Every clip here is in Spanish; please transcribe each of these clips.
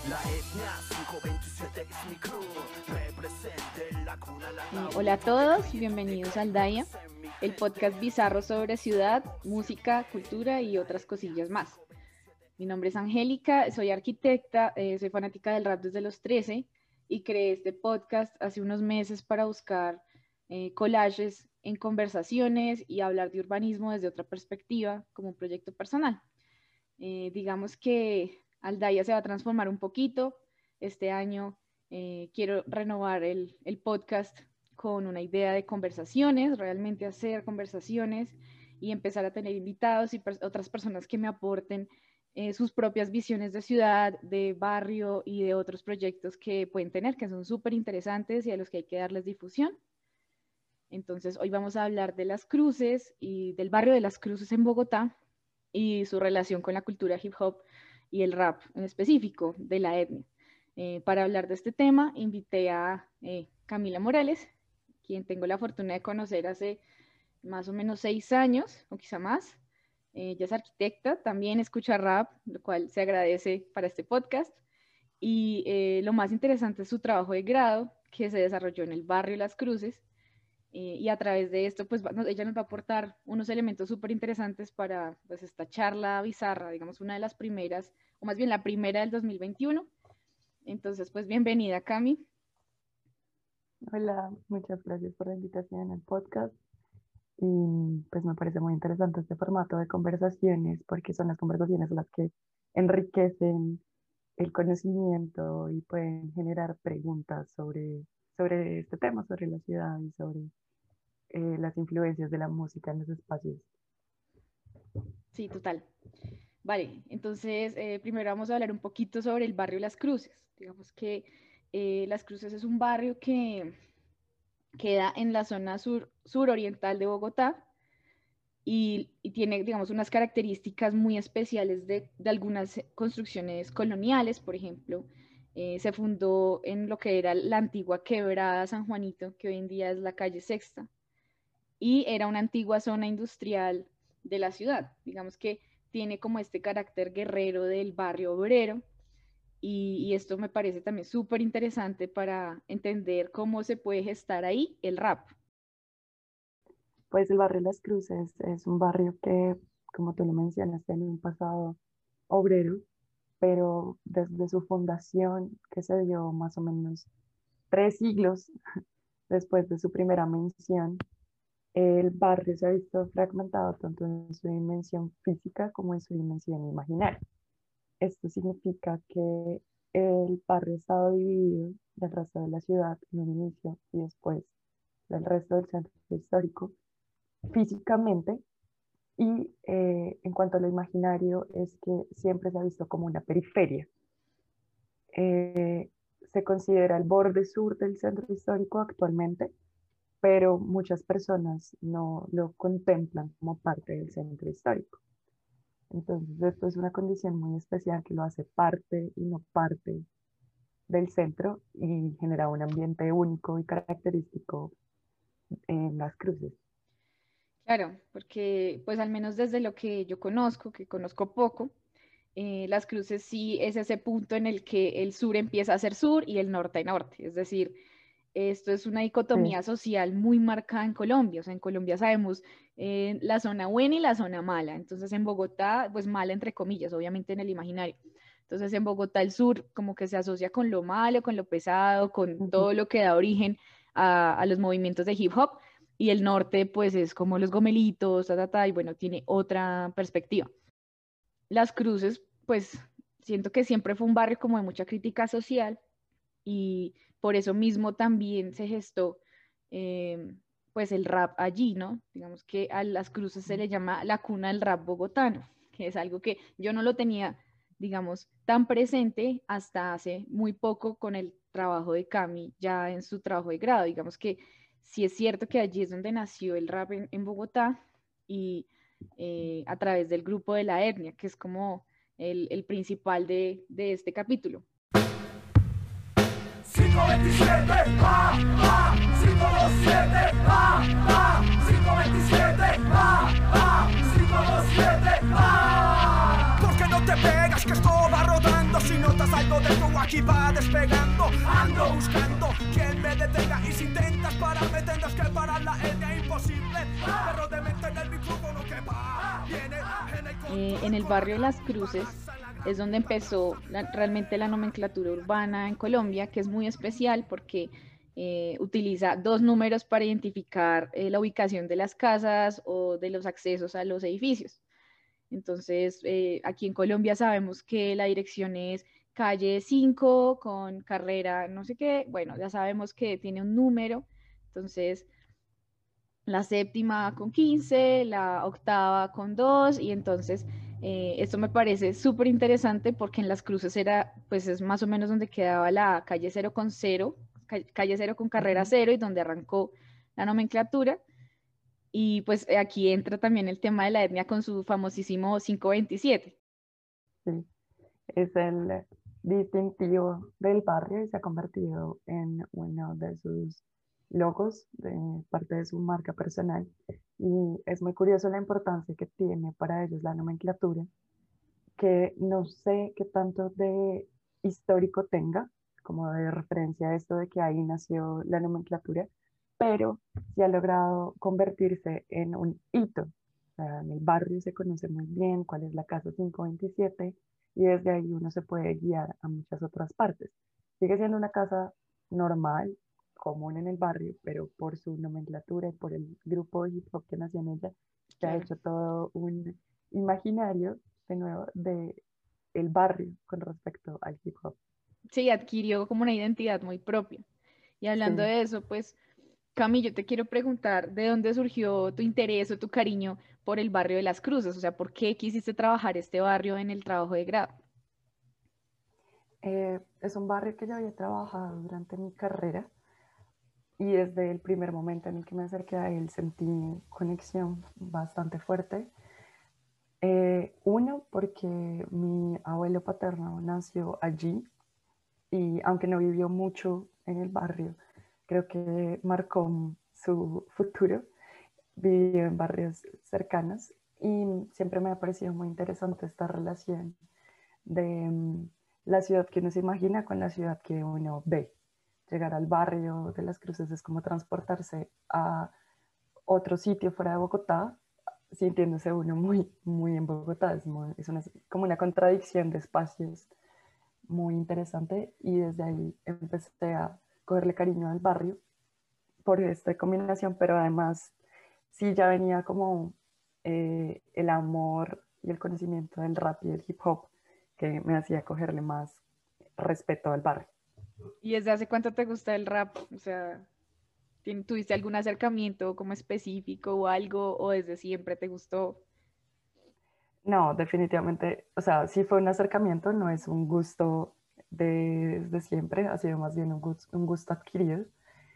Hola a todos, bienvenidos a Aldaya, el podcast bizarro sobre ciudad, música, cultura y otras cosillas más. Mi nombre es Angélica, soy arquitecta, soy fanática del rap desde los 13 y creé este podcast hace unos meses para buscar collages en conversaciones y hablar de urbanismo desde otra perspectiva, como un proyecto personal. Digamos que Aldaya se va a transformar un poquito. Este año quiero renovar el podcast con una idea de conversaciones, realmente hacer conversaciones y empezar a tener invitados y otras personas que me aporten sus propias visiones de ciudad, de barrio y de otros proyectos que pueden tener, que son súper interesantes y a los que hay que darles difusión. Entonces, hoy vamos a hablar de Las Cruces y del barrio de Las Cruces en Bogotá y su relación con la cultura hip hop y el rap en específico de la etnia. Para hablar de este tema, invité a Camila Morales, quien tengo la fortuna de conocer hace más o menos 6 años, o quizá más. Ella es arquitecta, también escucha rap, lo cual se agradece para este podcast. Y lo más interesante es su trabajo de grado, que se desarrolló en el barrio Las Cruces. Y a través de esto, pues ella nos va a aportar unos elementos súper interesantes para pues, esta charla bizarra, digamos, una de las primeras, o más bien la primera del 2021. Entonces, pues bienvenida, Cami. Hola, muchas gracias por la invitación al podcast. Y pues me parece muy interesante este formato de conversaciones porque son las conversaciones las que enriquecen el conocimiento y pueden generar preguntas sobre este tema, sobre la ciudad y sobre las influencias de la música en los espacios. Sí, total. Vale, entonces primero vamos a hablar un poquito sobre el barrio Las Cruces. Digamos que Las Cruces es un barrio que queda en la zona suroriental de Bogotá y tiene, digamos, unas características muy especiales de algunas construcciones coloniales. Por ejemplo, se fundó en lo que era la antigua quebrada San Juanito, que hoy en día es la calle Sexta, y era una antigua zona industrial de la ciudad. Digamos que tiene como este carácter guerrero del barrio obrero, y esto me parece también súper interesante para entender cómo se puede gestar ahí el rap. Pues el barrio Las Cruces es un barrio que, como tú lo mencionas, tiene un pasado obrero, pero desde su fundación, que se dio más o menos 3 siglos después de su primera mención, el barrio se ha visto fragmentado tanto en su dimensión física como en su dimensión imaginaria. Esto significa que el barrio ha estado dividido del resto de la ciudad en un inicio y después del resto del centro histórico físicamente. Y en cuanto a lo imaginario, es que siempre se ha visto como una periferia. Se considera el borde sur del centro histórico actualmente, pero muchas personas no lo contemplan como parte del centro histórico. Entonces, esto es una condición muy especial que lo hace parte y no parte del centro y genera un ambiente único y característico en Las Cruces. Claro, porque pues al menos desde lo que yo conozco, que conozco poco, Las Cruces sí es ese punto en el que el sur empieza a ser sur y el norte a norte. Es decir, esto es una Sí, dicotomía social muy marcada en Colombia. O sea, en Colombia sabemos la zona buena y la zona mala. Entonces en Bogotá, pues mala entre comillas, obviamente en el imaginario. Entonces en Bogotá el sur como que se asocia con lo malo, con lo pesado, con ujú. todo lo que da origen a los movimientos de hip hop. Y el norte pues es como los gomelitos, y bueno, tiene otra perspectiva. Las Cruces, pues siento que siempre fue un barrio como de mucha crítica social y por eso mismo también se gestó pues el rap allí, ¿no? Digamos que a Las Cruces se le llama la cuna del rap bogotano, que es algo que yo no lo tenía, digamos, tan presente hasta hace muy poco con el trabajo de Cami ya en su trabajo de grado. Digamos que sí es cierto que allí es donde nació el rap en Bogotá y a través del grupo de la etnia, que es como el principal de este capítulo. 527, 527, 527, 527, ¿por qué no te pegas que esto va rodando? Si notas Algo dentro aquí va despegando. Ando buscando quien me detenga. Y si intentas pararme tendrás que parar la etnia imposible. Perro de mente en el micrófono que va. Viene En el barrio de Las Cruces es donde empezó realmente la nomenclatura urbana en Colombia, que es muy especial porque utiliza dos números para identificar la ubicación de las casas o de los accesos a los edificios. Entonces, aquí en Colombia sabemos que la dirección es calle 5 con carrera no sé qué. Bueno, ya sabemos que tiene un número. Entonces, la séptima con 15, la octava con 2 y entonces esto me parece súper interesante porque en Las Cruces era, pues es más o menos donde quedaba la calle 0 con 0, calle 0 con carrera 0 y donde arrancó la nomenclatura. Y pues aquí entra también el tema de la etnia con su famosísimo 527. Sí, es el distintivo del barrio y se ha convertido en uno de sus logos, de parte de su marca personal. Y es muy curioso la importancia que tiene para ellos la nomenclatura, que no sé qué tanto de histórico tenga, como de referencia a esto de que ahí nació la nomenclatura, pero sí ha logrado convertirse en un hito. O sea, en el barrio se conoce muy bien cuál es la casa 527 y desde ahí uno se puede guiar a muchas otras partes. Sigue siendo una casa normal, común en el barrio, pero por su nomenclatura y por el grupo de hip hop que nació en ella, se ha Claro. hecho todo un imaginario de nuevo de el barrio con respecto al hip hop. Sí, adquirió como una identidad muy propia. Y hablando Sí, de eso, pues, Cami, yo te quiero preguntar, ¿de dónde surgió tu interés o tu cariño por el barrio de Las Cruces? O sea, ¿por qué quisiste trabajar este barrio en el trabajo de grado? es un barrio que yo había trabajado durante mi carrera y desde el primer momento en el que me acerqué a él sentí conexión bastante fuerte. Uno, porque mi abuelo paterno nació allí y aunque no vivió mucho en el barrio, creo que marcó su futuro. Vivió en barrios cercanos y siempre me ha parecido muy interesante esta relación de la ciudad que uno se imagina con la ciudad que uno ve. Llegar al barrio de Las Cruces es como transportarse a otro sitio fuera de Bogotá, sintiéndose uno muy, muy en Bogotá. Como una contradicción de espacios muy interesante y desde ahí empecé a cogerle cariño al barrio por esta combinación, pero además sí ya venía como el amor y el conocimiento del rap y el hip hop que me hacía cogerle más respeto al barrio. ¿Y desde hace cuánto te gusta el rap? O sea, ¿tuviste algún acercamiento como específico o algo, o desde siempre te gustó? No, definitivamente, o sea, sí fue un acercamiento, no es un gusto desde siempre, ha sido más bien un gusto adquirido.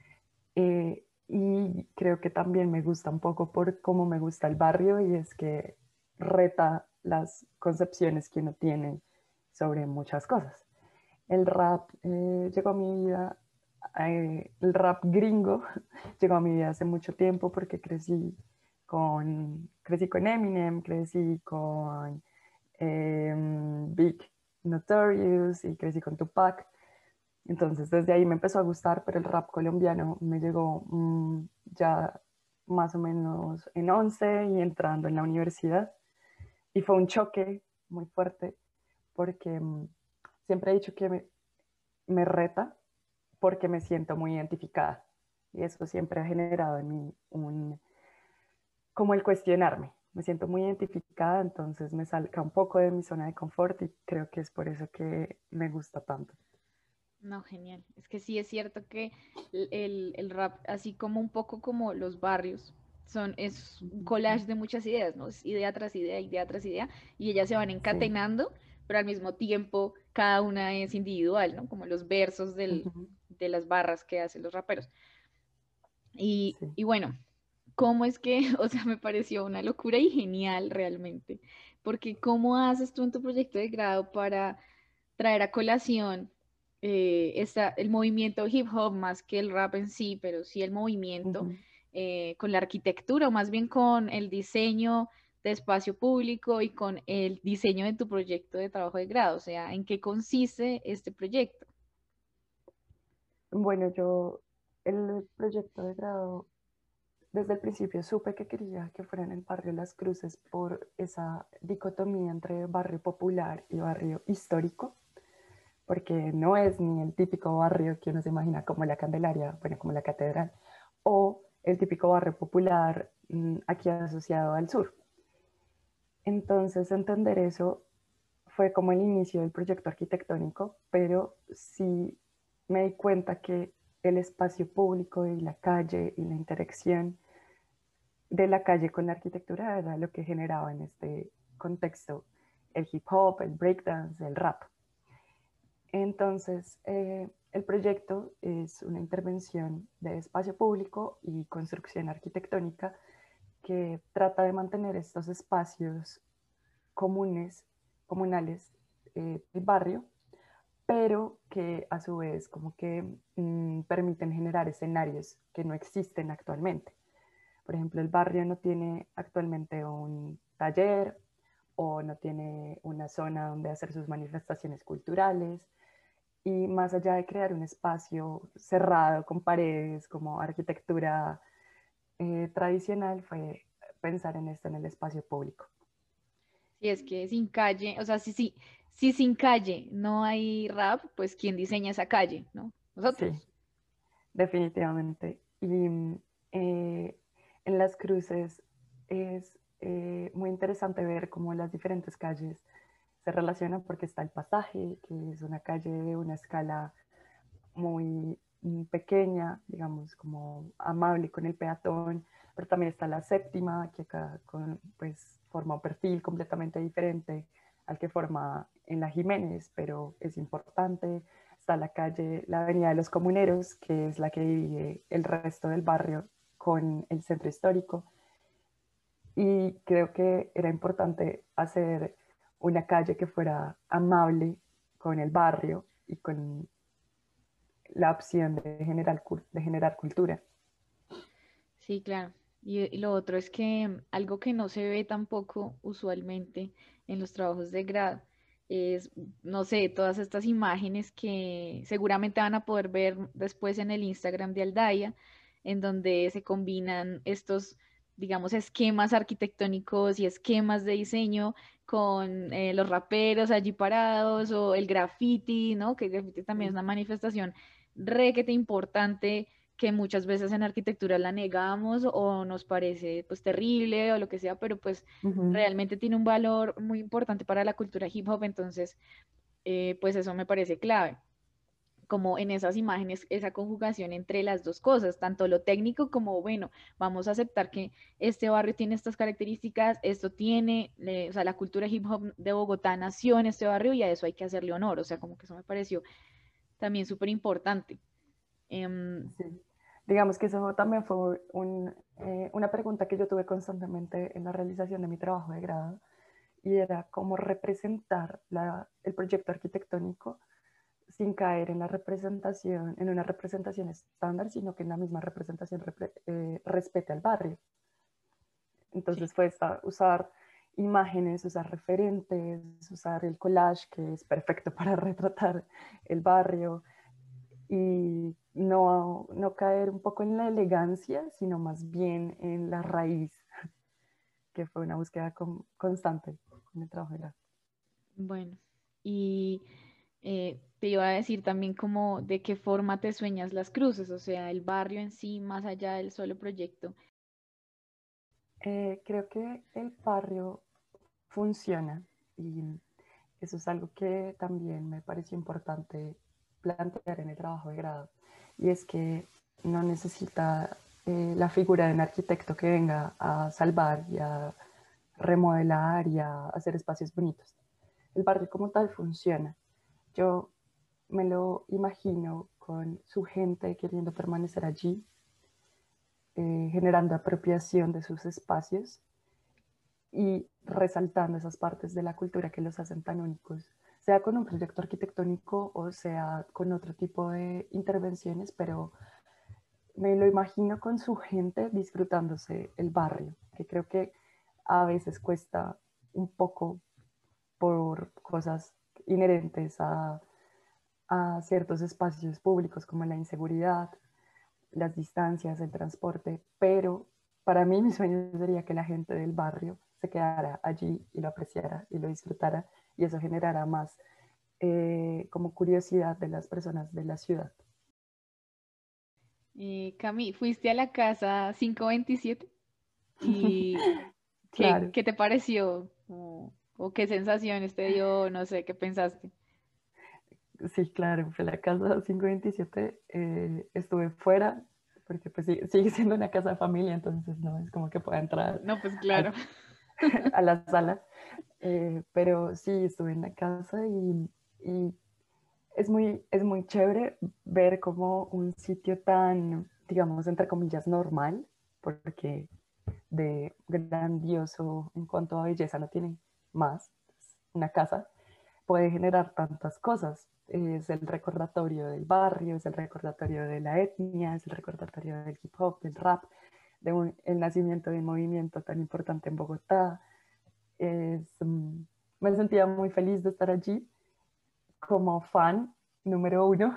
Y creo que también me gusta un poco por cómo me gusta el barrio y es que reta las concepciones que uno tiene sobre muchas cosas. El rap llegó a mi vida, el rap gringo llegó a mi vida hace mucho tiempo porque crecí con Eminem, crecí con Big Notorious y crecí con Tupac. Entonces desde ahí me empezó a gustar, pero el rap colombiano me llegó ya más o menos en 11 y entrando en la universidad. Y fue un choque muy fuerte porque siempre he dicho que me reta porque me siento muy identificada. Y eso siempre ha generado en mí como el cuestionarme. Me siento muy identificada, entonces me salga un poco de mi zona de confort y creo que es por eso que me gusta tanto. No, genial. Es que sí es cierto que el rap, así como un poco como los barrios, es un collage de muchas ideas, ¿no? Es idea tras idea, y ellas se van Sí. encadenando, pero al mismo tiempo cada una es individual, ¿no? Como los versos Ujú. de las barras que hacen los raperos. Sí. Y bueno, ¿cómo es que, o sea, me pareció una locura y genial realmente? Porque ¿cómo haces tú en tu proyecto de grado para traer a colación el movimiento hip hop más que el rap en sí, pero sí el movimiento Ujú. con la arquitectura o más bien con el diseño de espacio público y con el diseño de tu proyecto de trabajo de grado? O sea, ¿en qué consiste este proyecto? Bueno, yo el proyecto de grado, desde el principio supe que quería que fuera en el barrio Las Cruces por esa dicotomía entre barrio popular y barrio histórico, porque no es ni el típico barrio que uno se imagina como la Candelaria, bueno, como la Catedral, o el típico barrio popular aquí asociado al sur. Entonces, entender eso fue como el inicio del proyecto arquitectónico, pero sí me di cuenta que el espacio público y la calle y la interacción de la calle con la arquitectura era lo que generaba en este contexto el hip hop, el breakdance, el rap. Entonces, el proyecto es una intervención de espacio público y construcción arquitectónica que trata de mantener estos espacios comunes, comunales del barrio, pero que a su vez como que permiten generar escenarios que no existen actualmente. Por ejemplo, el barrio no tiene actualmente un taller o no tiene una zona donde hacer sus manifestaciones culturales, y más allá de crear un espacio cerrado con paredes como arquitectura tradicional, fue pensar en esto en el espacio público. Si es que sin calle, o sea, si sin calle no hay rap, pues ¿quién diseña esa calle, no? Sí, Nosotros. definitivamente. Y en Las Cruces es muy interesante ver cómo las diferentes calles se relacionan, porque está el Pasaje, que es una calle de una escala muy pequeña, digamos, como amable con el peatón, pero también está la Séptima, que acá pues, forma un perfil completamente diferente al que forma en la Jiménez, pero es importante. Está la calle, la Avenida de los Comuneros, que es la que divide el resto del barrio con el centro histórico. Y creo que era importante hacer una calle que fuera amable con el barrio y con la opción de generar cultura. Sí, claro. Y lo otro es que algo que no se ve tampoco usualmente en los trabajos de grado es, no sé, todas estas imágenes que seguramente van a poder ver después en el Instagram de Aldaya, en donde se combinan estos, digamos, esquemas arquitectónicos y esquemas de diseño con los raperos allí parados o el graffiti, ¿no? Que el graffiti también es una manifestación requete importante que muchas veces en arquitectura la negamos o nos parece pues terrible o lo que sea, pero pues Ujú. realmente tiene un valor muy importante para la cultura hip hop, entonces pues eso me parece clave, como en esas imágenes, esa conjugación entre las dos cosas, tanto lo técnico como, bueno, vamos a aceptar que este barrio tiene estas características, esto tiene, o sea, la cultura hip hop de Bogotá nació en este barrio y a eso hay que hacerle honor, o sea, como que eso me pareció también súper importante. Sí. Digamos que eso también fue una pregunta que yo tuve constantemente en la realización de mi trabajo de grado, y era cómo representar el proyecto arquitectónico sin caer en la representación, en una representación estándar, sino que en la misma representación respete al barrio. Sí. Entonces fue usar imágenes, usar referentes, usar el collage, que es perfecto para retratar el barrio, y no caer un poco en la elegancia, sino más bien en la raíz, que fue una búsqueda constante con el trabajo de la... Bueno, y te iba a decir también como de qué forma te sueñas las cruces, o sea, el barrio en sí, más allá del solo proyecto. Creo que el barrio funciona, y eso es algo que también me pareció importante plantear en el trabajo de grado, y es que no necesita la figura de un arquitecto que venga a salvar y a remodelar y a hacer espacios bonitos. El barrio como tal funciona. Yo me lo imagino con su gente queriendo permanecer allí, generando apropiación de sus espacios y resaltando esas partes de la cultura que los hacen tan únicos, sea con un proyecto arquitectónico o sea con otro tipo de intervenciones, pero me lo imagino con su gente disfrutándose el barrio, que creo que a veces cuesta un poco por cosas inherentes a ciertos espacios públicos como la inseguridad, las distancias, el transporte, pero para mí mi sueño sería que la gente del barrio se quedara allí y lo apreciara y lo disfrutara y eso generara más como curiosidad de las personas de la ciudad. Cami, ¿fuiste a la casa 527? ¿Y Claro, qué te pareció? O qué sensaciones te dio? No sé, ¿qué pensaste? sí, claro, fue la casa 527, estuve fuera, porque pues sigue siendo una casa de familia, entonces no es como que pueda entrar No, pues a, claro. a la sala, pero sí, estuve en la casa y es muy chévere ver como un sitio tan, digamos, entre comillas, normal, porque de grandioso en cuanto a belleza no tiene más. Una casa puede generar tantas cosas. Es el recordatorio del barrio, es el recordatorio de la etnia, es el recordatorio del hip hop, del rap, el nacimiento de un movimiento tan importante en Bogotá. Es, me sentía muy feliz de estar allí como fan número uno,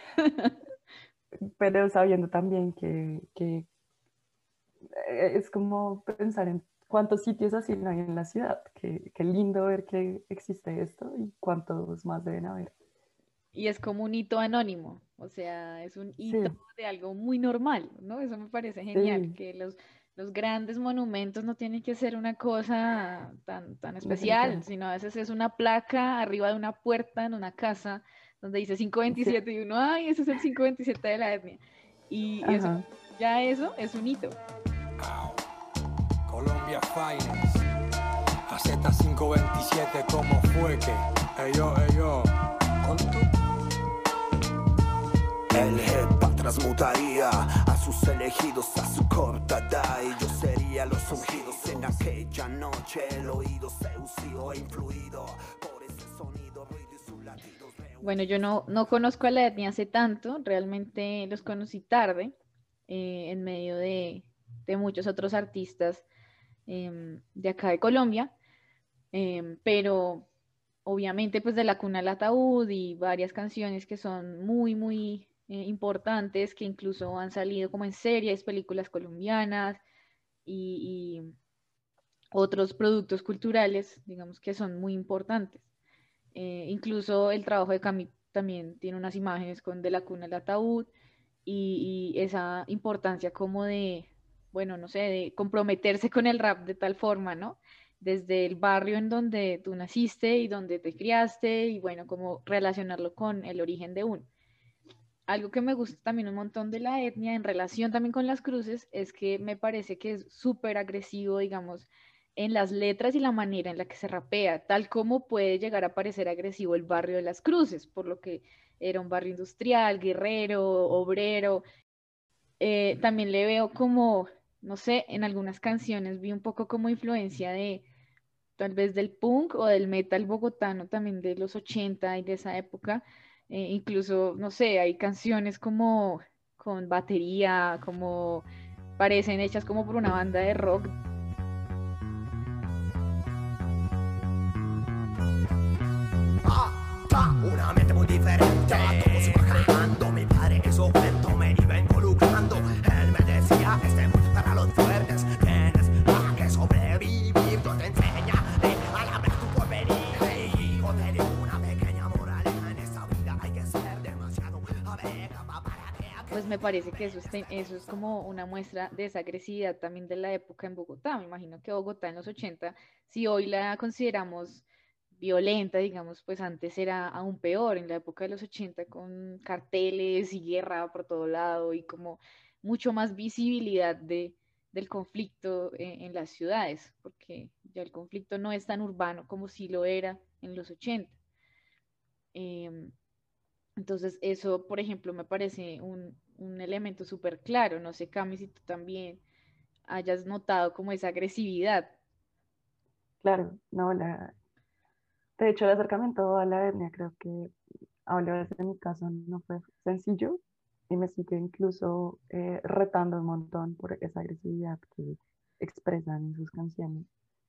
pero sabiendo también que es como pensar en cuántos sitios así no hay en la ciudad. Qué lindo ver que existe esto y cuántos más deben haber. Y es como un hito anónimo, o sea, es un hito Sí, de algo muy normal, ¿no? Eso me parece genial, sí, que los grandes monumentos no tienen que ser una cosa tan especial, definitivamente. sino a veces es una placa arriba de una puerta en una casa donde dice Sí, 527 y uno, ay, ese es el 527 de la etnia. Y eso, ajá. ya eso es un hito. Colombia Finance, AZ527, ¿cómo fue que? Eyo, ¿cuánto? El jepa transmutaría a sus elegidos a su corta edad. Y yo sería los ungidos en aquella noche. El oído seducido e influido por ese sonido, ruido y sus latidos. Bueno, yo no conozco a la etnia hace tanto, realmente los conocí tarde, en medio de muchos otros artistas de acá de Colombia, pero obviamente pues de La Cuna al Ataúd y varias canciones que son muy importantes, que incluso han salido como en series, películas colombianas y otros productos culturales, digamos que son muy importantes. Incluso el trabajo de Cami también tiene unas imágenes con De la Cuna al Ataúd y esa importancia como de, bueno, no sé, de comprometerse con el rap de tal forma, ¿no? Desde el barrio en donde tú naciste y donde te criaste y bueno, como relacionarlo con el origen de uno. Algo que me gusta también un montón de la etnia en relación también con las cruces es que me parece que es súper agresivo, digamos, en las letras y la manera en la que se rapea, tal como puede llegar a parecer agresivo el barrio de las cruces, por lo que era un barrio industrial, guerrero, obrero. También le veo como, no sé, en algunas canciones vi un poco como influencia de tal vez del punk o del metal bogotano también de los 80 y de esa época. Incluso, no sé, hay canciones como con batería, como parecen hechas como por una banda de rock. Una mente muy diferente, todo se va creando. Mi padre eso cuento, me iba involucrando. Él me decía, este mundo para los fuertes. Tienes que sobrevivir, yo te enseñaré a labrar tu porvenir. Hijo de una pequeña moraleja en esta vida, hay que ser demasiado abeja para que Pues me parece que eso es como una muestra de esa agresividad también de la época en Bogotá. Me imagino que Bogotá en los 80, si hoy la consideramos violenta, digamos, pues antes era aún peor, en la época de los 80 con carteles y guerra por todo lado y como mucho más visibilidad del conflicto en las ciudades, porque ya el conflicto no es tan urbano como si lo era en los 80. Em, entonces, eso, por ejemplo, me parece un elemento súper claro. No sé, Cami, si tú también hayas notado como esa agresividad. Claro, no, de hecho el acercamiento a la etnia creo que hablo desde mi caso no fue sencillo y me sigue incluso retando un montón por esa agresividad que expresan en sus canciones.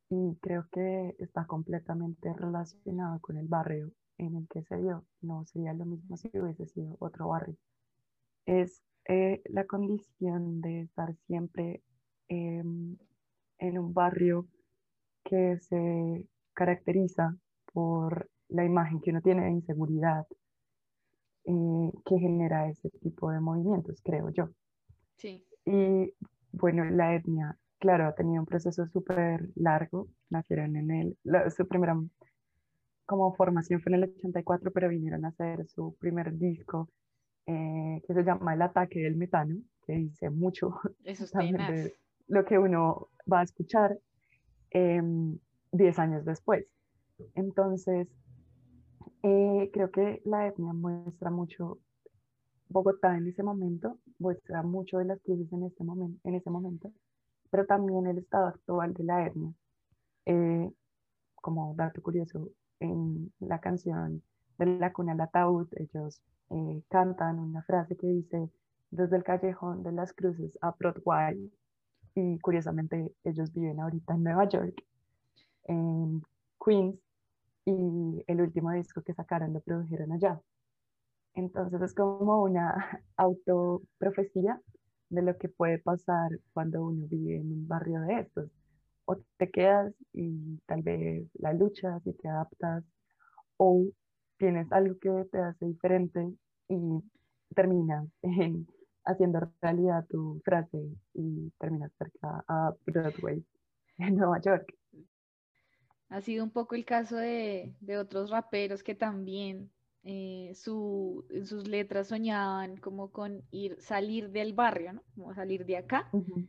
y creo que está completamente relacionado con el barrio en el que se dio. No sería lo mismo si hubiese sido otro barrio. Es la condición de estar siempre em, en un barrio que se caracteriza por la imagen que uno tiene de inseguridad que genera ese tipo de movimientos, creo yo. Sí, Y bueno, la etnia, claro, ha tenido un proceso súper largo. Nacieron en su primera como formación fue en el 84, pero vinieron a hacer su primer disco que se llama El ataque del metano, que dice mucho eso es también tenaz. de lo que uno va a escuchar em, 10 años después. Entonces, creo que la etnia muestra mucho Bogotá en ese momento, muestra mucho de las cruces en ese momento, pero también el estado actual de la etnia. Eh, Como dato curioso, en la canción de La cuna al ataúd, ellos cantan una frase que dice, desde el callejón de las cruces a Broadway, y curiosamente ellos viven ahorita en Nueva York, en Queens, y el último disco que sacaron lo produjeron allá. Entonces es como una autoprofecía de lo que puede pasar cuando uno vive en un barrio de estos. O te quedas y tal vez la luchas y te adaptas, o tienes algo que te hace diferente y terminas haciendo realidad tu frase y terminas cerca a Broadway en Nueva York. Ha sido un poco el caso de otros raperos que también en sus letras soñaban como con salir del barrio, ¿no? Como salir de acá. Ujú,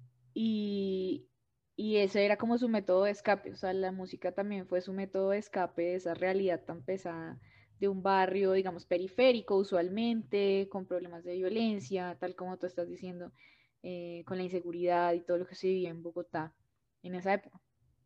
Y, y ese era como su método de escape. O sea, la música también fue su método de escape de esa realidad tan pesada de un barrio, digamos, periférico usualmente, con problemas de violencia, tal como tú estás diciendo, con la inseguridad y todo lo que se vivía en Bogotá en esa época.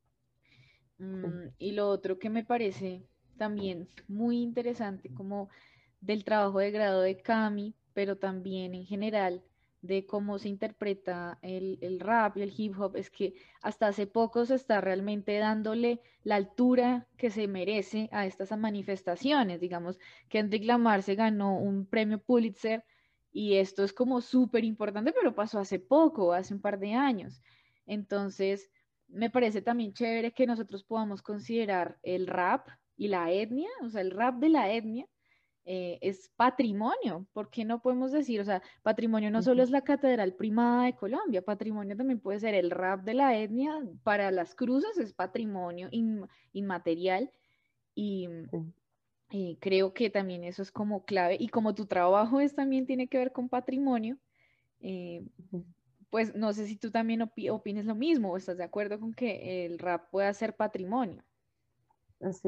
sí, Y lo otro que me parece también muy interesante, como del trabajo de grado de Cami, pero también en general de cómo se interpreta el rap y el hip hop, es que hasta hace poco se está realmente dándole la altura que se merece a estas manifestaciones. Digamos, Kendrick Lamar se ganó un premio Pulitzer y esto es como súper importante, pero pasó hace poco, hace un par de años. Entonces me parece también chévere que nosotros podamos considerar el rap y la etnia, o sea, el rap de la etnia es patrimonio. ¿Por qué no podemos decir, o sea, patrimonio no solo ujú, es la Catedral Primada de Colombia, patrimonio también puede ser el rap de la etnia, para las cruces es patrimonio inmaterial y, sí, y creo que también eso es como clave y como tu trabajo es también tiene que ver con patrimonio. eh, ujú. pues no sé si tú también opines lo mismo o estás de acuerdo con que el rap pueda ser patrimonio. Sí,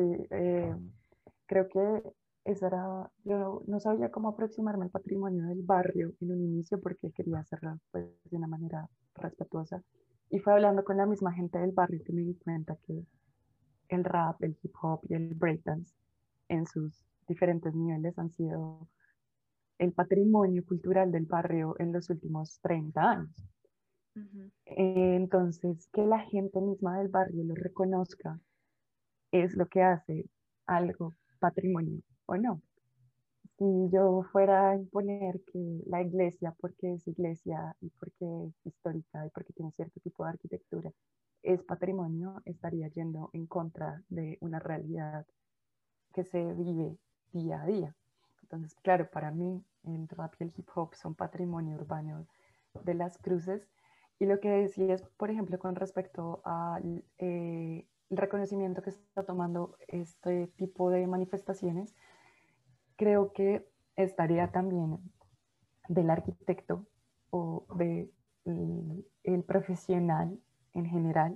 creo que esa era, yo no sabía cómo aproximarme al patrimonio del barrio en un inicio porque quería hacerlo pues, de una manera respetuosa. Y fue hablando con la misma gente del barrio que me di cuenta que el rap, el hip hop y el breakdance en sus diferentes niveles han sido el patrimonio cultural del barrio en los últimos 30 años. Ujú. Entonces, que la gente misma del barrio lo reconozca es lo que hace algo patrimonio o no. Si yo fuera a imponer que la iglesia, porque es iglesia y porque es histórica y porque tiene cierto tipo de arquitectura, es patrimonio, estaría yendo en contra de una realidad que se vive día a día. Entonces, claro, para mí el rap y el hip hop son patrimonio urbano de las cruces. Y lo que decías, por ejemplo, con respecto al el reconocimiento que está tomando este tipo de manifestaciones, creo que estaría también del arquitecto o de el profesional en general,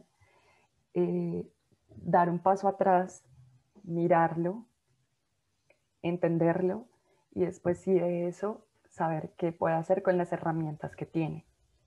dar un paso atrás, mirarlo, entenderlo y después sí de eso saber qué puede hacer con las herramientas que tiene.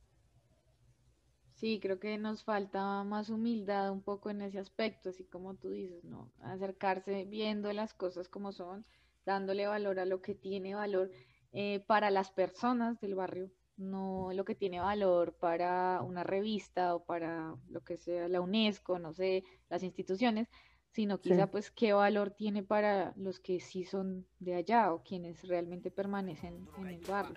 Sí, creo que nos falta más humildad un poco en ese aspecto, así como tú dices, ¿no? Acercarse viendo las cosas como son, dándole valor a lo que tiene valor para las personas del barrio no lo que tiene valor para una revista o para lo que sea la UNESCO, no sé, las instituciones, sino Sí, quizá pues qué valor tiene para los que sí son de allá o quienes realmente permanecen en el barrio.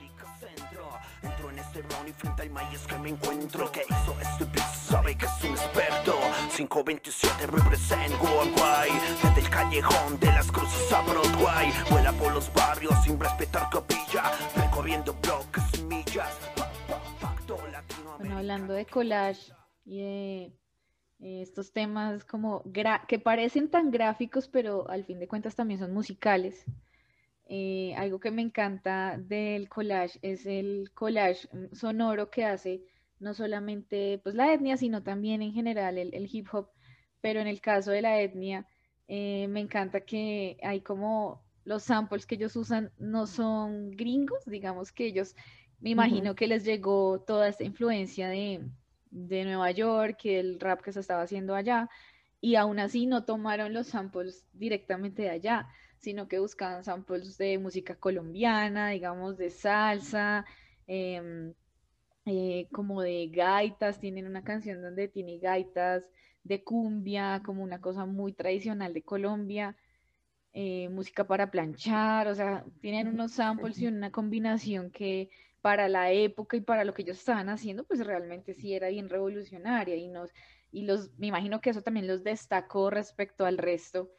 Entro en este round y frente al maíz que me encuentro. Que hizo este beat sabe que es un experto. 527 represent Worldwide. Desde el callejón de las cruces a Broadway. Vuela por los barrios sin respetar capilla. Recorriendo bloques y millas. Pacto Bueno, hablando de collage y de estos temas como que parecen tan gráficos, pero al fin de cuentas también son musicales. Algo que me encanta del collage es el collage sonoro que hace no solamente pues la etnia, sino también en general el hip hop, pero en el caso de la etnia, me encanta que hay como los samples que ellos usan no son gringos, digamos que ellos, me ujú, imagino que les llegó toda esta influencia de Nueva York y del rap que se estaba haciendo allá, y aún así no tomaron los samples directamente de allá, sino que buscaban samples de música colombiana, digamos, de salsa, em, como de gaitas, tienen una canción donde tiene gaitas, de cumbia, como una cosa muy tradicional de Colombia, música para planchar, o sea, tienen unos samples y sí. una combinación que para la época y para lo que ellos estaban haciendo, pues realmente sí era bien revolucionaria me imagino que eso también los destacó respecto al resto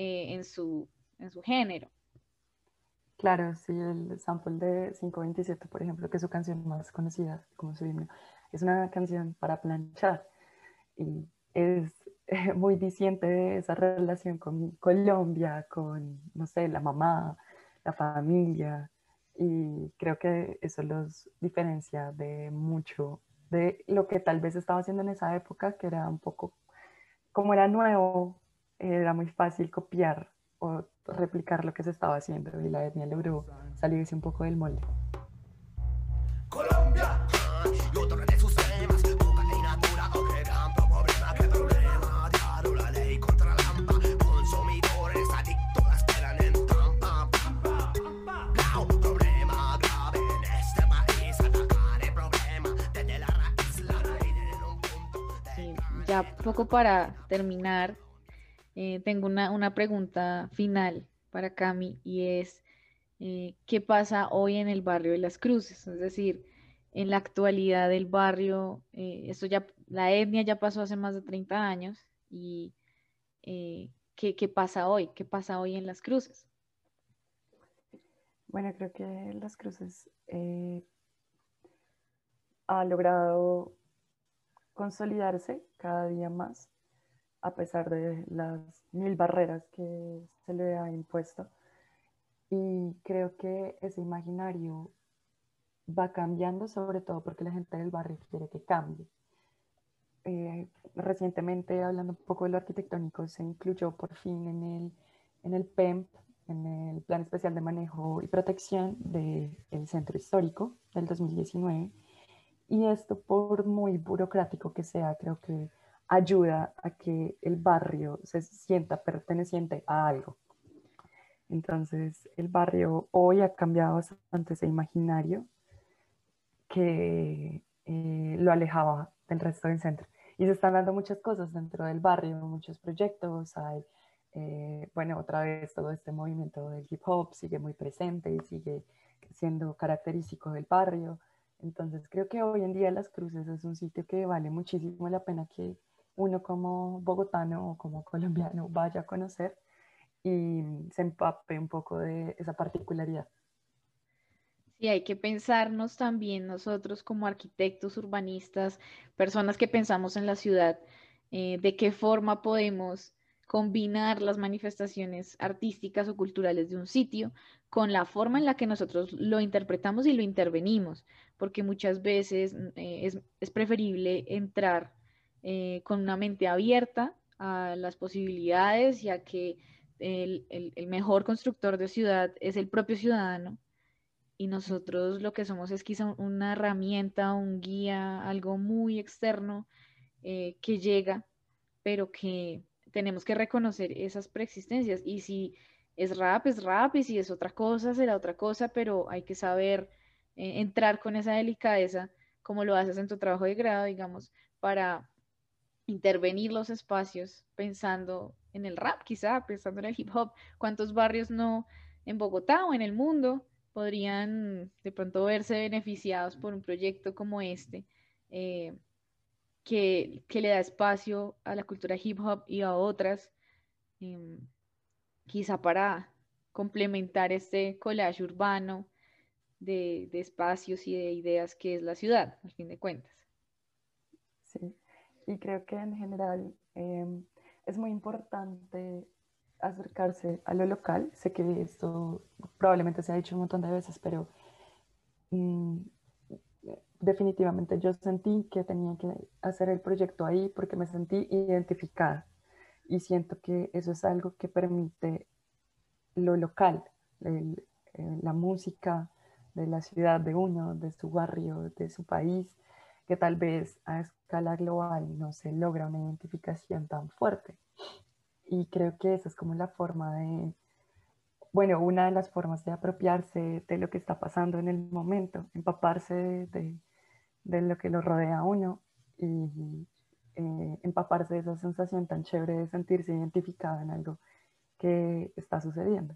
en su género. Claro, sí, el sample de 527, por ejemplo, que es su canción más conocida, como su himno, es una canción para planchar y es muy diciente de esa relación con Colombia, con, no sé, la mamá, la familia, y creo que eso los diferencia de mucho de lo que tal vez estaba haciendo en esa época, que era un poco, como era nuevo, era muy fácil copiar o replicar lo que se estaba haciendo y la etnia logró salirse un poco del molde. Colombia y otro de sus temas. Cocaína dura, aunque gran problema, qué problema. Diario la ley contra la AMPA. Consumidores adictos la esperan en Tampa. Blau, problema grave en este país. Atacar el problema desde la raíz. La raíz en un punto del Ya poco para terminar, tengo una pregunta final para Cami y es, ¿qué pasa hoy en el barrio de Las Cruces? Es decir, en la actualidad del barrio, esto ya, la etnia ya pasó hace más de 30 años y ¿qué pasa hoy? ¿Qué pasa hoy en Las Cruces? Bueno, creo que Las Cruces ha logrado consolidarse cada día más, a pesar de las mil barreras que se le ha impuesto. Y creo que ese imaginario va cambiando, sobre todo porque la gente del barrio quiere que cambie. Recientemente, hablando un poco de lo arquitectónico, se incluyó por fin en el PEMP, en el Plan Especial de Manejo y Protección del Centro Histórico del 2019. Y esto, por muy burocrático que sea, creo que ayuda a que el barrio se sienta perteneciente a algo. Entonces, el barrio hoy ha cambiado bastante ese imaginario que lo alejaba del resto del centro. Y se están dando muchas cosas dentro del barrio, muchos proyectos, hay, bueno, otra vez todo este movimiento del hip hop sigue muy presente y sigue siendo característico del barrio. Entonces creo que hoy en día Las Cruces es un sitio que vale muchísimo la pena que uno como bogotano o como colombiano vaya a conocer y se empape un poco de esa particularidad. Sí, hay que pensarnos también nosotros como arquitectos, urbanistas, personas que pensamos en la ciudad, de qué forma podemos combinar las manifestaciones artísticas o culturales de un sitio con la forma en la que nosotros lo interpretamos y lo intervenimos, porque muchas veces es preferible entrar con una mente abierta a las posibilidades y a que el mejor constructor de ciudad es el propio ciudadano y nosotros lo que somos es quizá una herramienta, un guía, algo muy externo que llega, pero que tenemos que reconocer esas preexistencias. Y si es rap, y si es otra cosa, será otra cosa, pero hay que saber entrar con esa delicadeza, como lo haces en tu trabajo de grado, digamos, para intervenir los espacios pensando en el rap, quizá, pensando en el hip hop. ¿Cuántos barrios no en Bogotá o en el mundo podrían de pronto verse beneficiados por un proyecto como este, eh, que le da espacio a la cultura hip hop y a otras, em, quizá para complementar este collage urbano de espacios y de ideas que es la ciudad, al fin de cuentas? Sí, y creo que en general es muy importante acercarse a lo local. Sé que esto probablemente se ha dicho un montón de veces, pero mm, definitivamente yo sentí que tenía que hacer el proyecto ahí porque me sentí identificada y siento que eso es algo que permite lo local, la música de la ciudad de uno, de su barrio, de su país, que tal vez a escala global no se logra una identificación tan fuerte. Y creo que esa es como la forma de, bueno, una de las formas de apropiarse de lo que está pasando en el momento, empaparse de lo que lo rodea a uno y empaparse de esa sensación tan chévere de sentirse identificado en algo que está sucediendo.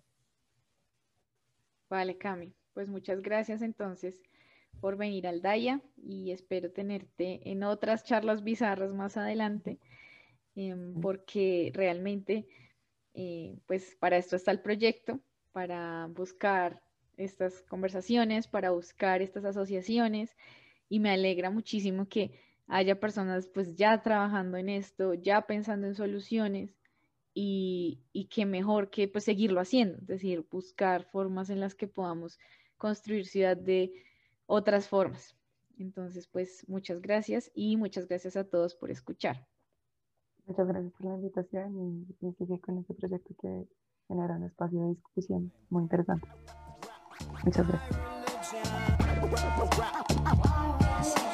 Vale, Cami, pues muchas gracias entonces por venir al Daya y espero tenerte en otras charlas bizarras más adelante, porque realmente, pues para esto está el proyecto, para buscar estas conversaciones, para buscar estas asociaciones, y me alegra muchísimo que haya personas pues ya trabajando en esto, ya pensando en soluciones, y que mejor que pues seguirlo haciendo, es decir, buscar formas en las que podamos construir ciudad de otras formas. Entonces, pues muchas gracias y muchas gracias a todos por escuchar. Muchas gracias por la invitación y sigue con este proyecto que genera un espacio de discusión muy interesante. Muchas gracias.